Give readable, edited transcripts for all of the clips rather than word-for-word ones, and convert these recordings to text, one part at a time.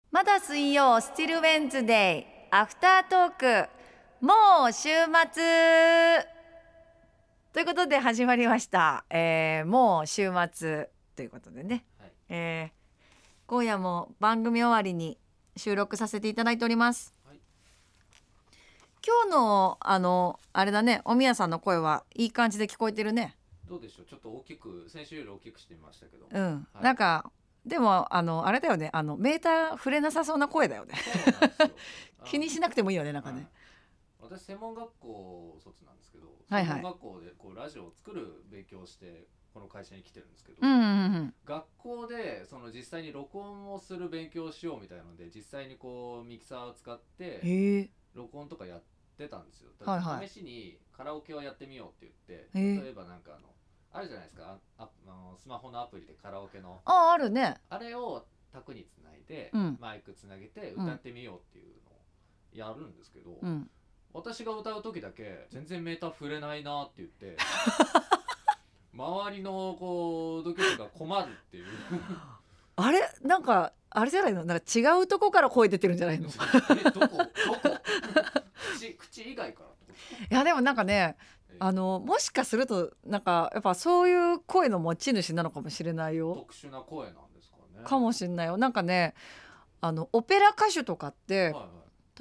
まだ水曜スティルウェンズデイアフタートーク、もう週末ということで始まりました、もう週末ということでね、はい今夜も番組終わりに収録させていただいております、はい、今日のあれだね、おみやさんの声はいい感じで聞こえてるね。 どうでしょう、ちょっと大きく先週より大きくしてみましたけど、 はい、なんかでもあれだよね、メーター触れなさそうな声だよね。 そうなんですよ気にしなくてもいいよね、なんかね、 はい、私専門学校卒なんですけど、 はいはい、 専門学校でこうラジオを作る勉強をしてこの会社に来てるんですけど、 うんうんうん、 学校でその実際に録音をする勉強をしようみたいなので、実際にこうミキサーを使って録音とかやってたんですよ。 はいはい、 試しにカラオケをやってみようって言って、例えばなんかあるじゃないですか、スマホのアプリでカラオケのあるね、 あれを卓につないで、 うん、 マイクつなげて歌ってみようっていうのをやるんですけど、 うん、 私が歌う時だけ全然メーター触れないなって言って周りのこう同級生が困るっていうあれなんかあれじゃないの、なんか違うとこから声出てるんじゃないのどこ口以外からってこと？ いやでもなんかね、もしかするとなんかやっぱそういう声の持ち主なのかもしれないよ。 特殊な声なんですかね。 かもしれないよ。なんかね、オペラ歌手とかって、はいはい、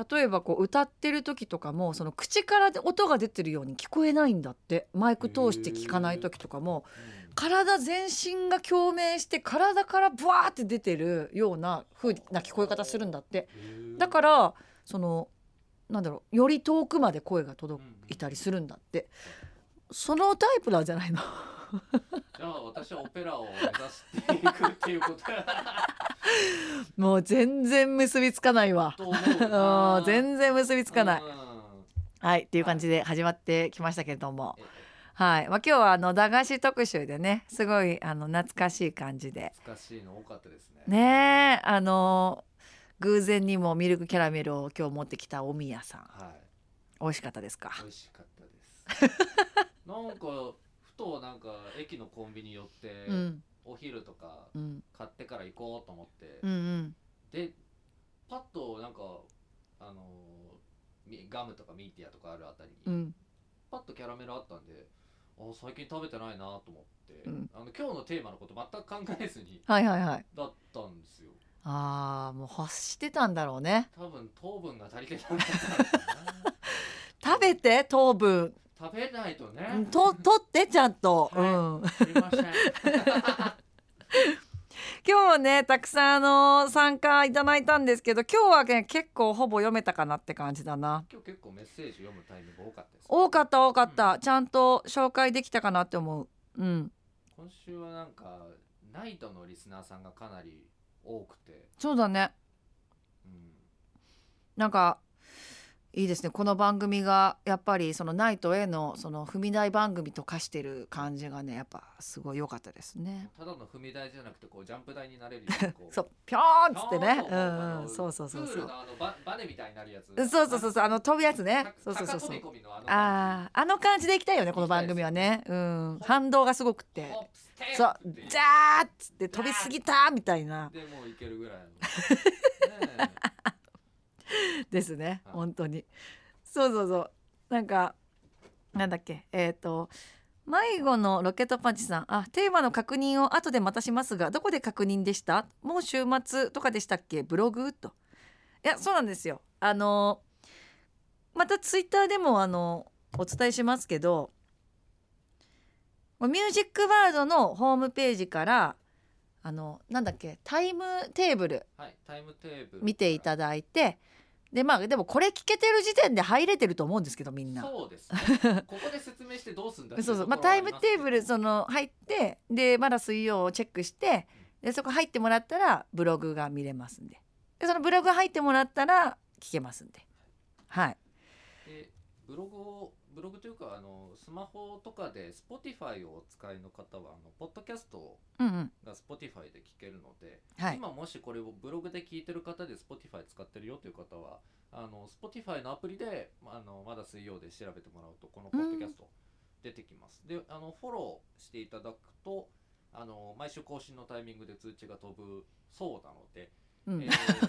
例えばこう歌ってる時とかもその口から音が出てるように聞こえないんだって。マイク通して聞かない時とかも、体全身が共鳴して体からブワーって出てるような風な聞こえ方するんだって。だからそのなんだろう、より遠くまで声が届いたりするんだって。そのタイプなんじゃないのじゃあ私はオペラを目指していくっていうこともう全然結びつかないわ全然結びつかない、はいっていう感じで始まってきましたけれども、はい、今日は駄菓子特集でね、すごい懐かしい感じで、 懐かしいの多かったですね。 ねえ、偶然にもミルクキャラメルを今日持ってきたおみやさん、はい、美味しかったですか？ 美味しかったですなんかふとなんか駅のコンビニ寄って、うん、お昼とか買ってから行こうと思って、うんうん、でパッとなんかガムとかミーティアとかあるあたりに、うん、パッとキャラメルあったんで、最近食べてないなと思って、うん、今日のテーマのこと全く考えずにだったんですよ。 ああ、もう欲してたんだろうね。 多分糖分が足りてたんだろうな食べて、糖分食べないとね、 取ってちゃんと、 はい、すいません今日はねたくさん参加いただいたんですけど、今日はね結構ほぼ読めたかなって感じだな。 今日結構メッセージ読むタイミング多かったです、ね、 多かった、うん、ちゃんと紹介できたかなって思う。うん、 今週はなんかナイトのリスナーさんがかなり多くて。 そうだね、うん、なんかいいですね、この番組がやっぱりそのナイトへのその踏み台番組と化してる感じがね、やっぱすごい良かったですね。 ただの踏み台じゃなくてこうジャンプ台になれるようにこうそうピョーンっつってね、そうそうプールのバネみたいになるやつ、 そう飛ぶやつね、そう高飛び込みのあの感じでいきたいよね、この番組はね、うん、反動がすごくて、そうジャーっつって飛びすぎたみたいなでもういけるぐらいのねですね、はい、本当にそうなんかなんだっけ、迷子のロケットパンチさん、テーマの確認を後でまたしますが、どこで確認でした？もう週末とかでしたっけ？ブログと。いや、そうなんですよ。またツイッターでもお伝えしますけど、ミュージックバードのホームページからなんだっけ、タイムテーブル見ていただいて、でもこれ聞けてる時点で入れてると思うんですけど、みんな。 そうですねここで説明してどうすんだっていうところはありますけど、 タイムテーブル入ってでまだ水曜をチェックして、でそこ入ってもらったらブログが見れますんで、そのブログ入ってもらったら聞けますんで、はい。 でブログというかスマホとかで Spotify をお使いの方はポッドキャストが Spotify で聞けるので、はい、今もしこれをブログで聞いてる方で Spotify 使ってるよという方はSpotify のアプリでまだ水曜で調べてもらうとこのポッドキャスト出てきます。でフォローしていただくと毎週更新のタイミングで通知が飛ぶそうなので、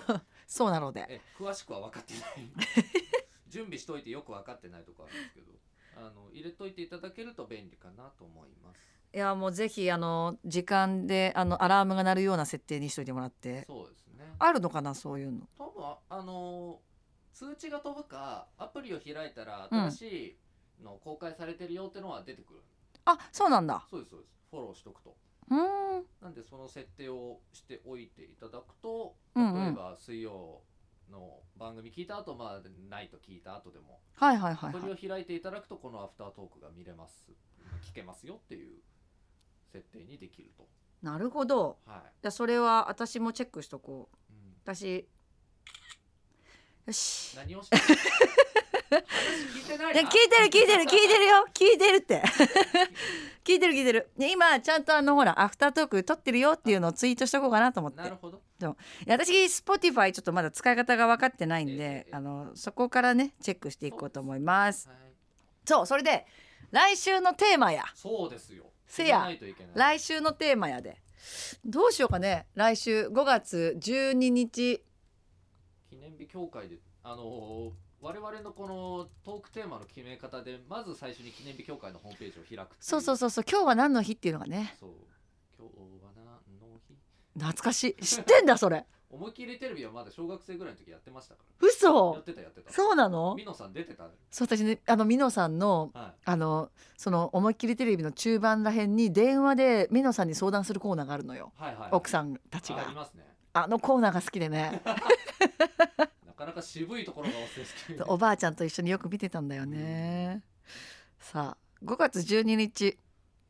そうなので詳しくは分かってない準備しといてよく分かってないとこあるんですけど、入れといていただけると便利かなと思います。 いやもうぜひ時間でアラームが鳴るような設定にしといてもらって。 そうですね。 あるのかなそういうの。 多分通知が飛ぶかアプリを開いたら新しいの公開されてるよってのは出てくる。 あ、そうなんだ。 そうですそうです。フォローしとくと。なんでその設定をしておいていただくと、例えば水曜の番組聞いた後、ナイト聞いた後でも、アプリを開いていただくとこのアフタートークが見れます、聞けますよっていう設定にできると。 なるほど。じゃそれは私もチェックしとこう。私よし。 何をしてる？話聞いてないな。 聞いてるよ。聞いてるって聞いてる。今ちゃんとほらアフタートーク撮ってるよっていうのをツイートしとこうかなと思って。 なるほど。 私 Spotify ちょっとまだ使い方が分かってないんで、そこからねチェックしていこうと思います。そう、それで来週のテーマや。 そうですよ。 せや来週のテーマやで。どうしようかね。来週5月12日記念日協会で我々のこのトークテーマの決め方でまず最初に記念日協会のホームページを開く。 そう今日は何の日っていうのがね。 そう、今日は何の日。 懐かしい。知ってんだそれ。 思いっきりテレビはまだ小学生ぐらいの時やってましたから。 嘘。 やってた。 そうなの。 ミノさん出てた。 そう、私ねミノさんの、その思いっきりテレビの中盤らへんに電話でミノさんに相談するコーナーがあるのよ。奥さんたちが。 ありますね。 コーナーが好きでねなかなか渋いところがおおばあちゃんと一緒によく見てたんだよね。さあ5月12日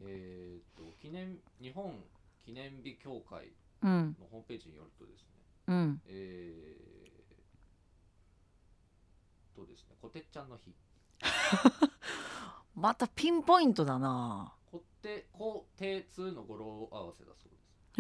日本記念日協会のホームページによるとですね、こてっちゃんの日またピンポイントだな。 こてつの語呂合わせだそうです。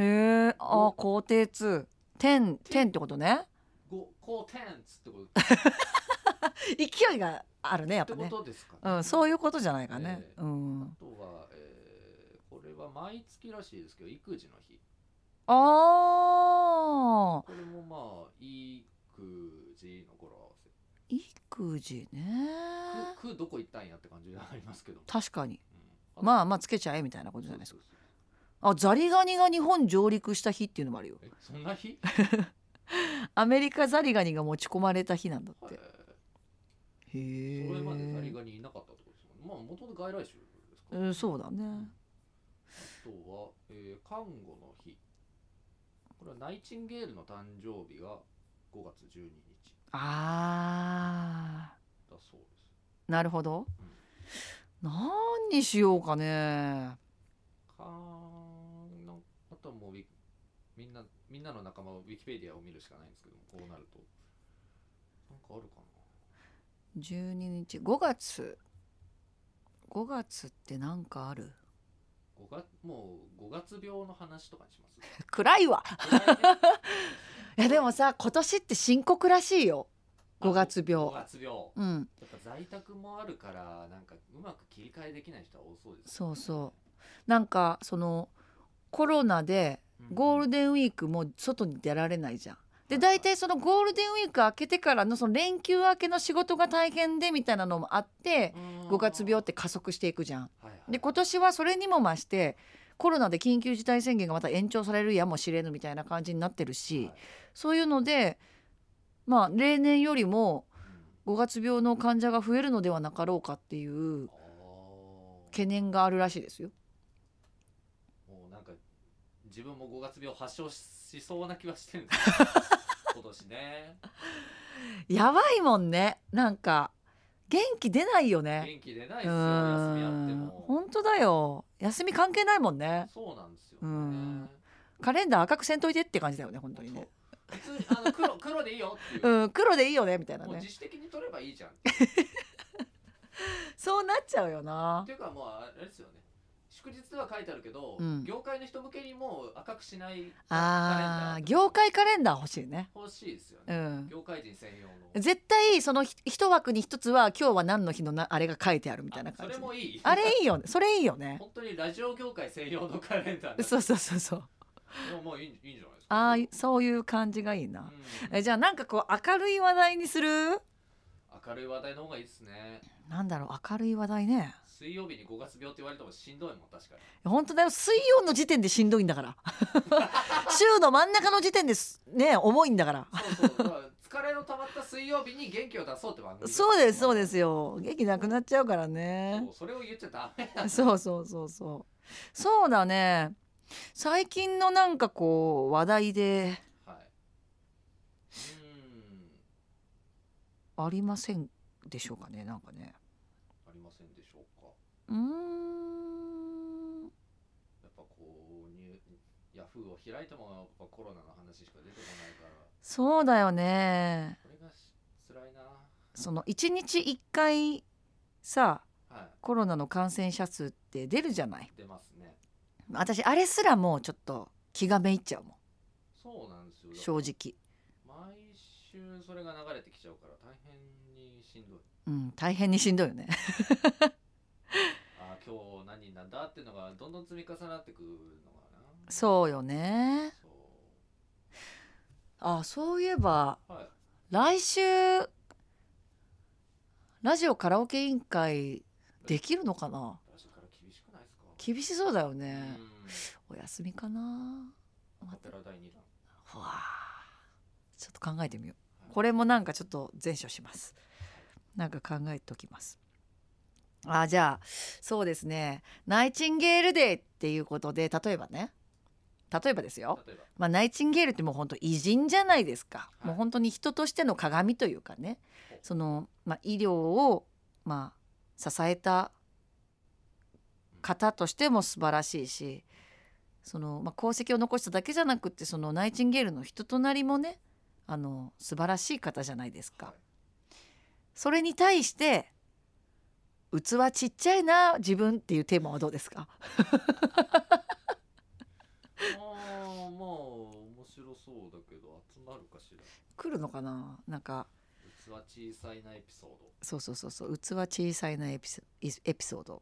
へえ、こてつ天ってことね。 こてんつってこと勢いがあるねやっぱね。 ってことですかね。 そういうことじゃないかね。 あとは、これは毎月らしいですけど育児の日。これも育児の語呂合わせ。 育児ね。 どこ行ったんやって感じがありますけど。 確かに。まあつけちゃえみたいなことじゃないですか。ザリガニが日本上陸した日っていうのもあるよ。 そんな日？ アメリカザリガニが持ち込まれた日なんだって。へえ。それまでザリガニいなかったってことですもんね。元々外来種ですか。 そうだね。 あとは、看護の日。これはナイチンゲールの誕生日が5月12日。だそうです。 なるほど。何にしようかね。 あとはもうみんなの仲間はウィキペディアを見るしかないんですけども、こうなるとなんかあるかな。 12日5月ってなんかある。 もう5月病の話とかにします。 暗いわいやでもさ今年って深刻らしいよ。5月病。 やっぱ在宅もあるからなんかうまく切り替えできない人は多そうです、ね。 そうなんかそのコロナでゴールデンウィークも外に出られないじゃん。で大体そのゴールデンウィーク明けてからのその連休明けの仕事が大変でみたいなのもあって5月病って加速していくじゃん。で今年はそれにも増してコロナで緊急事態宣言がまた延長されるやもしれぬみたいな感じになってるし、そういうので例年よりも5月病の患者が増えるのではなかろうかっていう懸念があるらしいですよ。 もうなんか自分も5月病発症しそうな気はしてるんです今年ね。 やばいもんね。なんか元気出ないよね。 元気出ないですよ。休みあっても。 本当だよ。休み関係ないもんね。 そうなんですよね。 カレンダー赤くせんといてって感じだよね本当にね。 普通黒でいいよっていう。 黒でいいよねみたいなね。 もう自主的に取ればいいじゃん。 そうなっちゃうよな。 っていうかもうあれですよね。祝日では書いてあるけど、業界の人向けにもう赤くしないカレンダー。 業界カレンダー欲しいね。 欲しいですよね。業界人専用の。 絶対その一枠に一つは今日は何の日のあれが書いてあるみたいな感じ。 それもいい。 あれいいよね。それいいよね。 本当にラジオ業界専用のカレンダー。 そう。 まあいいんじゃないですか。 そういう感じがいいな、じゃあなんかこう明るい話題にする？ 明るい話題の方がいいですね。 なんだろう、明るい話題ね。 水曜日に5月病って言われてもしんどいもん。確かに本当だよ、水曜の時点でしんどいんだから週の真ん中の時点ですね、重いんだから。 そう疲れの溜まった水曜日に元気を出そうって番組。 そうですよ、元気なくなっちゃうからね。 それを言っちゃダメなんだ。 そうだね。最近のなんかこう話題で、ありませんでしょうかね。なんかね、 ありませんでしょうか。やっぱこうヤフーを開いてもやっぱコロナの話しか出てこないから。 そうだよね。 これが辛いな。 その1日1回さ、コロナの感染者数って出るじゃない。 出ますね。 私あれすらもうちょっと気がめいっちゃうもん。 そうなんですよ。 正直毎週それが流れてきちゃうから大変にしんどい。 大変にしんどいよね今日何人なんだっていうのがどんどん積み重なってくるのかな。 そうよね。そういえば、来週ラジオカラオケ委員会できるのかな。 来週から厳しくないですか？ 厳しそうだよね。お休みかな。 アカペラ第2弾。 ちょっと考えてみよう。これもなんかちょっと前処します。なんか考えておきます。じゃあそうですね、ナイチンゲールデーっていうことで、例えばですよ、ナイチンゲールってもう本当偉人じゃないですか、もう本当に人としての鏡というかね、その、医療を、支えた方としても素晴らしいし、その、功績を残しただけじゃなくって、そのナイチンゲールの人となりもね、素晴らしい方じゃないですか。それに対して器ちっちゃいな自分っていうテーマはどうですか？ 面白そうだけど集まるかしら。 来るのかな。なんか器小さいなエピソード。 そう器小さいなエピソード、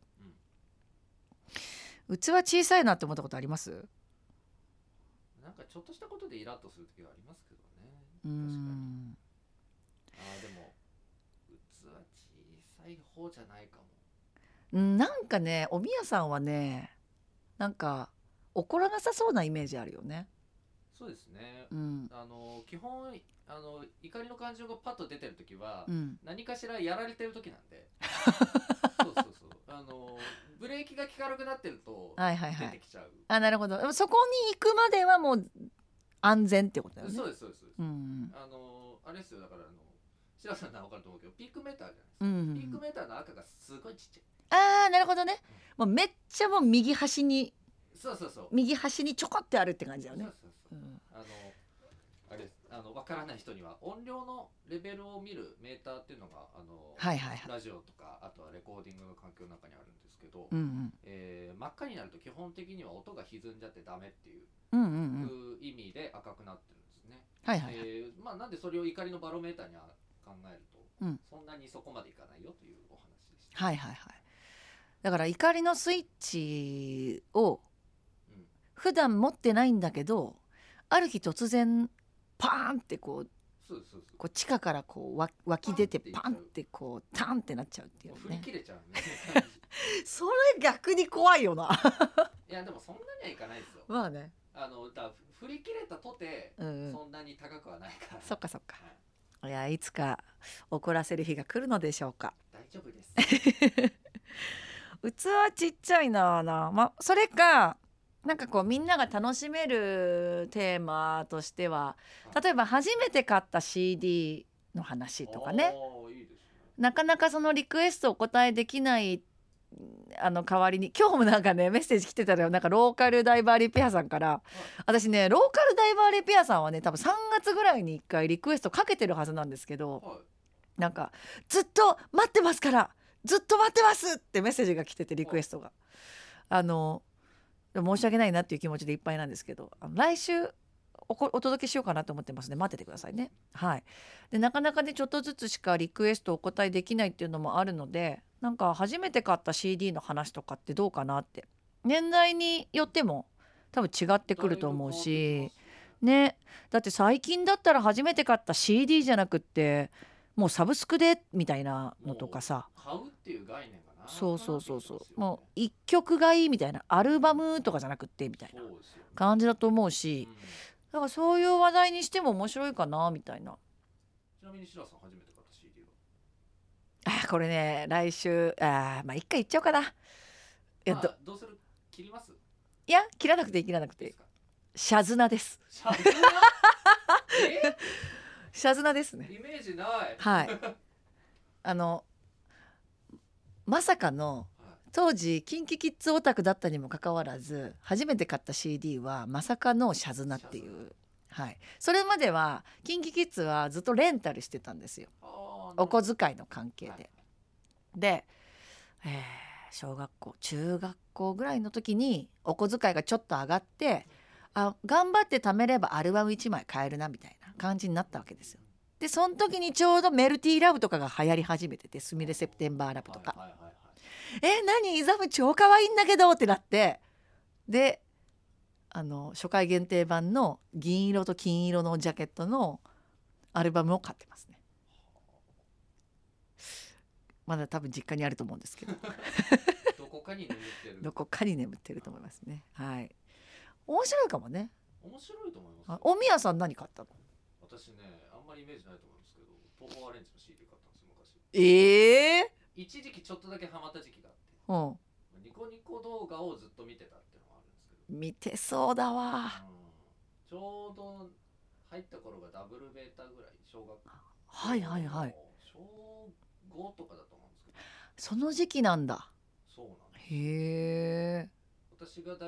器小さいなって思ったことあります？ なんかちょっとしたことでイラッとする時はありますけどね。確かに。でも器小さい方じゃないかも。 なんかね、おみやさんはね、なんか怒らなさそうなイメージあるよね。 そうですね。基本怒りの感情がパッと出てる時は、何かしらやられてる時なんで。ブレーキが効かなくなってると出てきちゃう。 なるほど。そこに行くまではもう安全ってことだよね。 そうです。あれですよ、だから白さんなら分かると思うけど、ピークメーターじゃないですか。ピークメーターの赤がすごいちっちゃい。 なるほどね。もうめっちゃもう右端に右端にちょこってあるって感じだよね。 あれです。分からない人には音量のレベルを見るメーターっていうのがラジオとかあとはレコーディングの環境の中にあるんですけど、真っ赤になると基本的には音が歪んじゃってダメっていう意味で赤くなってるんですね。なんでそれを怒りのバロメーターに考えると、そんなにそこまでいかないよというお話でした。 だから怒りのスイッチを普段持ってないんだけど、ある日突然パーンってこう地下からこう湧き出てパンってこうタンってなっちゃうっていうね。 振り切れちゃうね。 それ逆に怖いよな。 いやでもそんなにはいかないですよ。振り切れたとて、そんなに高くはないから。 そっか。いや、いつか怒らせる日が来るのでしょうか。 大丈夫です。 器ちっちゃいな。それかなんかこうみんなが楽しめるテーマとしては、例えば初めて買った CD の話とかね。なかなかそのリクエストをお答えできない代わりに、今日もなんかねメッセージ来てたよ。なんかローカルダイバーリペアさんから、私ねローカルダイバーリペアさんはね多分3月ぐらいに1回リクエストかけてるはずなんですけど、なんかずっと待ってますからずっと待ってますってメッセージが来てて、リクエストが申し訳ないなっていう気持ちでいっぱいなんですけど、来週お届けしようかなと思ってますね。待っててくださいね。でなかなかねちょっとずつしかリクエストお答えできないっていうのもあるので、なんか初めて買った CD の話とかってどうかなって、年代によっても多分違ってくると思うしね。だって最近だったら初めて買った CD じゃなくってもうサブスクでみたいなのとかさ、 買うっていう概念がな、 そうもう一曲買いみたいな、アルバムとかじゃなくってみたいな感じだと思うし、だからそういう話題にしても面白いかなみたいな。 ちなみに白さん初めて買った CD はこれね来週まあ一回言っちゃおうかな。 どうする？切ります？ いや切らなくていいシャズナです。 シャズナシャズナですね。 イメージない。 はいまさかの当時キンキキッズオタクだったにもかかわらず初めて買った CD はまさかのシャズナっていう、はい、それまではキンキキッズはずっとレンタルしてたんですよ、お小遣いの関係で、はい、で、小学校中学校ぐらいの時にお小遣いがちょっと上がって頑張って貯めればアルバム1枚買えるなみたいな感じになったわけですよ。でその時にちょうどメルティーラブとかが流行り始めてて、スミレセプテンバーラブとか、何イザム超可愛いんだけどってなって、で初回限定版の銀色と金色のジャケットのアルバムを買ってますね。まだ多分実家にあると思うんですけどどこかに眠ってるどこかに眠ってると思いますね。はい、面白いかもね。 面白いと思います。 おみやさん何買ったの？ 私ねあんまりイメージないと思うんですけど、東宝アレンジの CD 買ったんですよ昔。一時期ちょっとだけハマった時期があって、ニコニコ動画をずっと見てたっていうのがあるんですけど。 見てそうだわ、 ちょうど入った頃がダブルベータぐらい、小学校はいはいはい小5とかだと思うんですけど、 その時期なんだ。 そうなんです。 へえ。 私が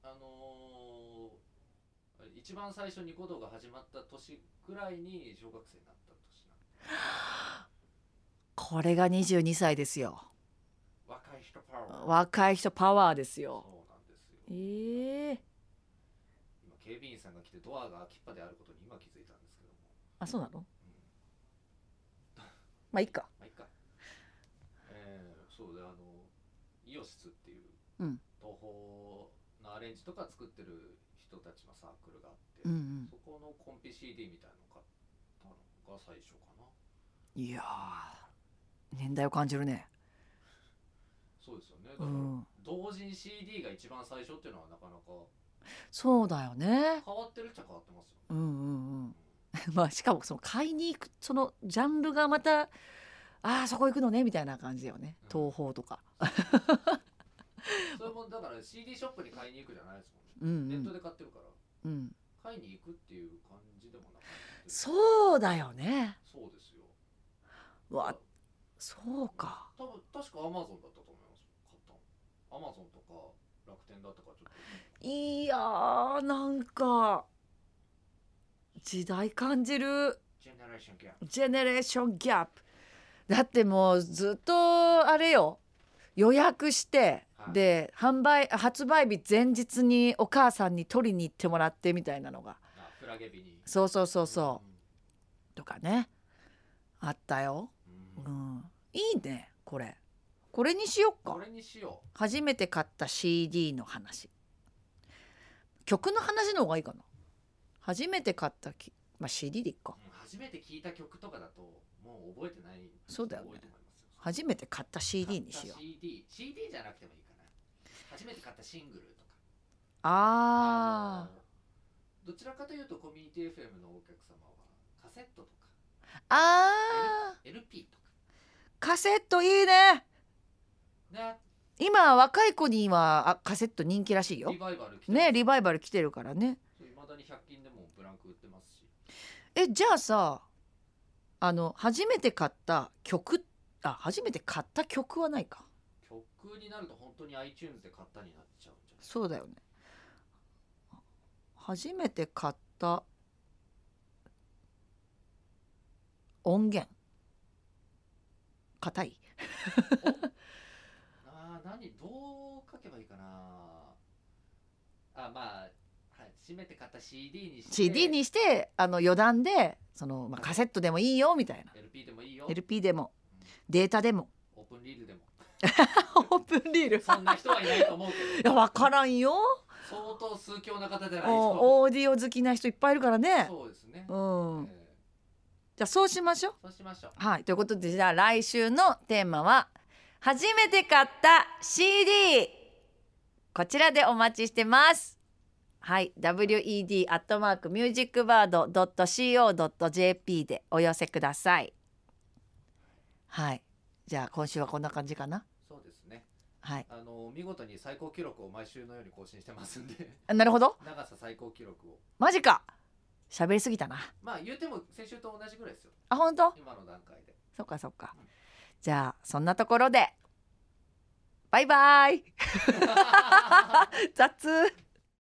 一番最初ニコ動が始まった年ぐらいに小学生になった年なんで。 これが22歳ですよ。 若い人パワー。 若い人パワーですよ。 そうなんですよ。今警備員さんが来てドアが開きっぱであることに今気づいたんですけども。 あ、そうなの？まあいいか。 そうでイオシスっていう、東宝のアレンジとか作ってる人たちのサークルがあって、そこのコンピ CD みたいなのを買ったのが最初かな。いやー年代を感じるね。 そうですよね。だから同人 CD が一番最初っていうのはなかなかそうだよね。 変わってるっちゃ変わってますよ。 まあしかもその買いに行くそのジャンルがまたそこ行くのねみたいな感じよね、東宝とかそれもだから CD ショップに買いに行くじゃないですもんね、ネットで買ってるから、買いに行くっていう感じでもなかった。 そうだよね。 そうですよ。 そうか。 多分確か Amazon だったと思います。買ったの Amazon とか楽天だったかちょっと。 いやーなんか時代感じる。 ジェネレーションギャップ。 ジェネレーションギャップ。だってもうずっとあれよ、予約して、で発売日前日にお母さんに取りに行ってもらってみたいなのが、 フラゲ日にそう、とかねあったよ。いいねこれにしよっか。 これにしよう。 初めて買った CD の話、曲の話の方がいいかな。初めて買ったCD でいっか。 初めて聴いた曲とかだともう覚えてない。 そうだよね。初めて買った CD にしよう。 CD じゃなくてもいいかな。初めて買ったシングルとか。 どちらかというとコミュニティ FM のお客様はカセットとかLP とか。 カセットいいね。今若い子にはカセット人気らしいよ。リバイバル来てるからね。 未だに100均でもブランク売ってますし。 じゃあさ初めて買った曲はないか。 曲になると本当に iTunes で買ったになっちゃうんじゃない？ そうだよね。初めて買った音源硬いどう書けばいいかな。初めて買った CD にして余談でカセットでもいいよみたいな。 LP でもいいよ。 LP でも、データでも、 オープンリールでもオープンリールそんな人はいないと思うけど。 いや分からんよ。 相当数強な方じゃないと。 オーディオ好きな人いっぱいいるからね。 そうですね、 じゃあそうしましょう。 そうしましょう。 はい、ということで、じゃあ来週のテーマは初めて買った CD、 こちらでお待ちしてます。はい、wed@musicbird.co.jp でお寄せください。はい、じゃあ今週はこんな感じかな。 そうですね。 はい、 見事に最高記録を毎週のように更新してますんで。 なるほど。 長さ最高記録を。 マジか。喋りすぎたな。 まあ言うても先週と同じぐらいですよ。 あ、本当？ 今の段階で。 そっかそっか。じゃあそんなところでバイバイ。雑。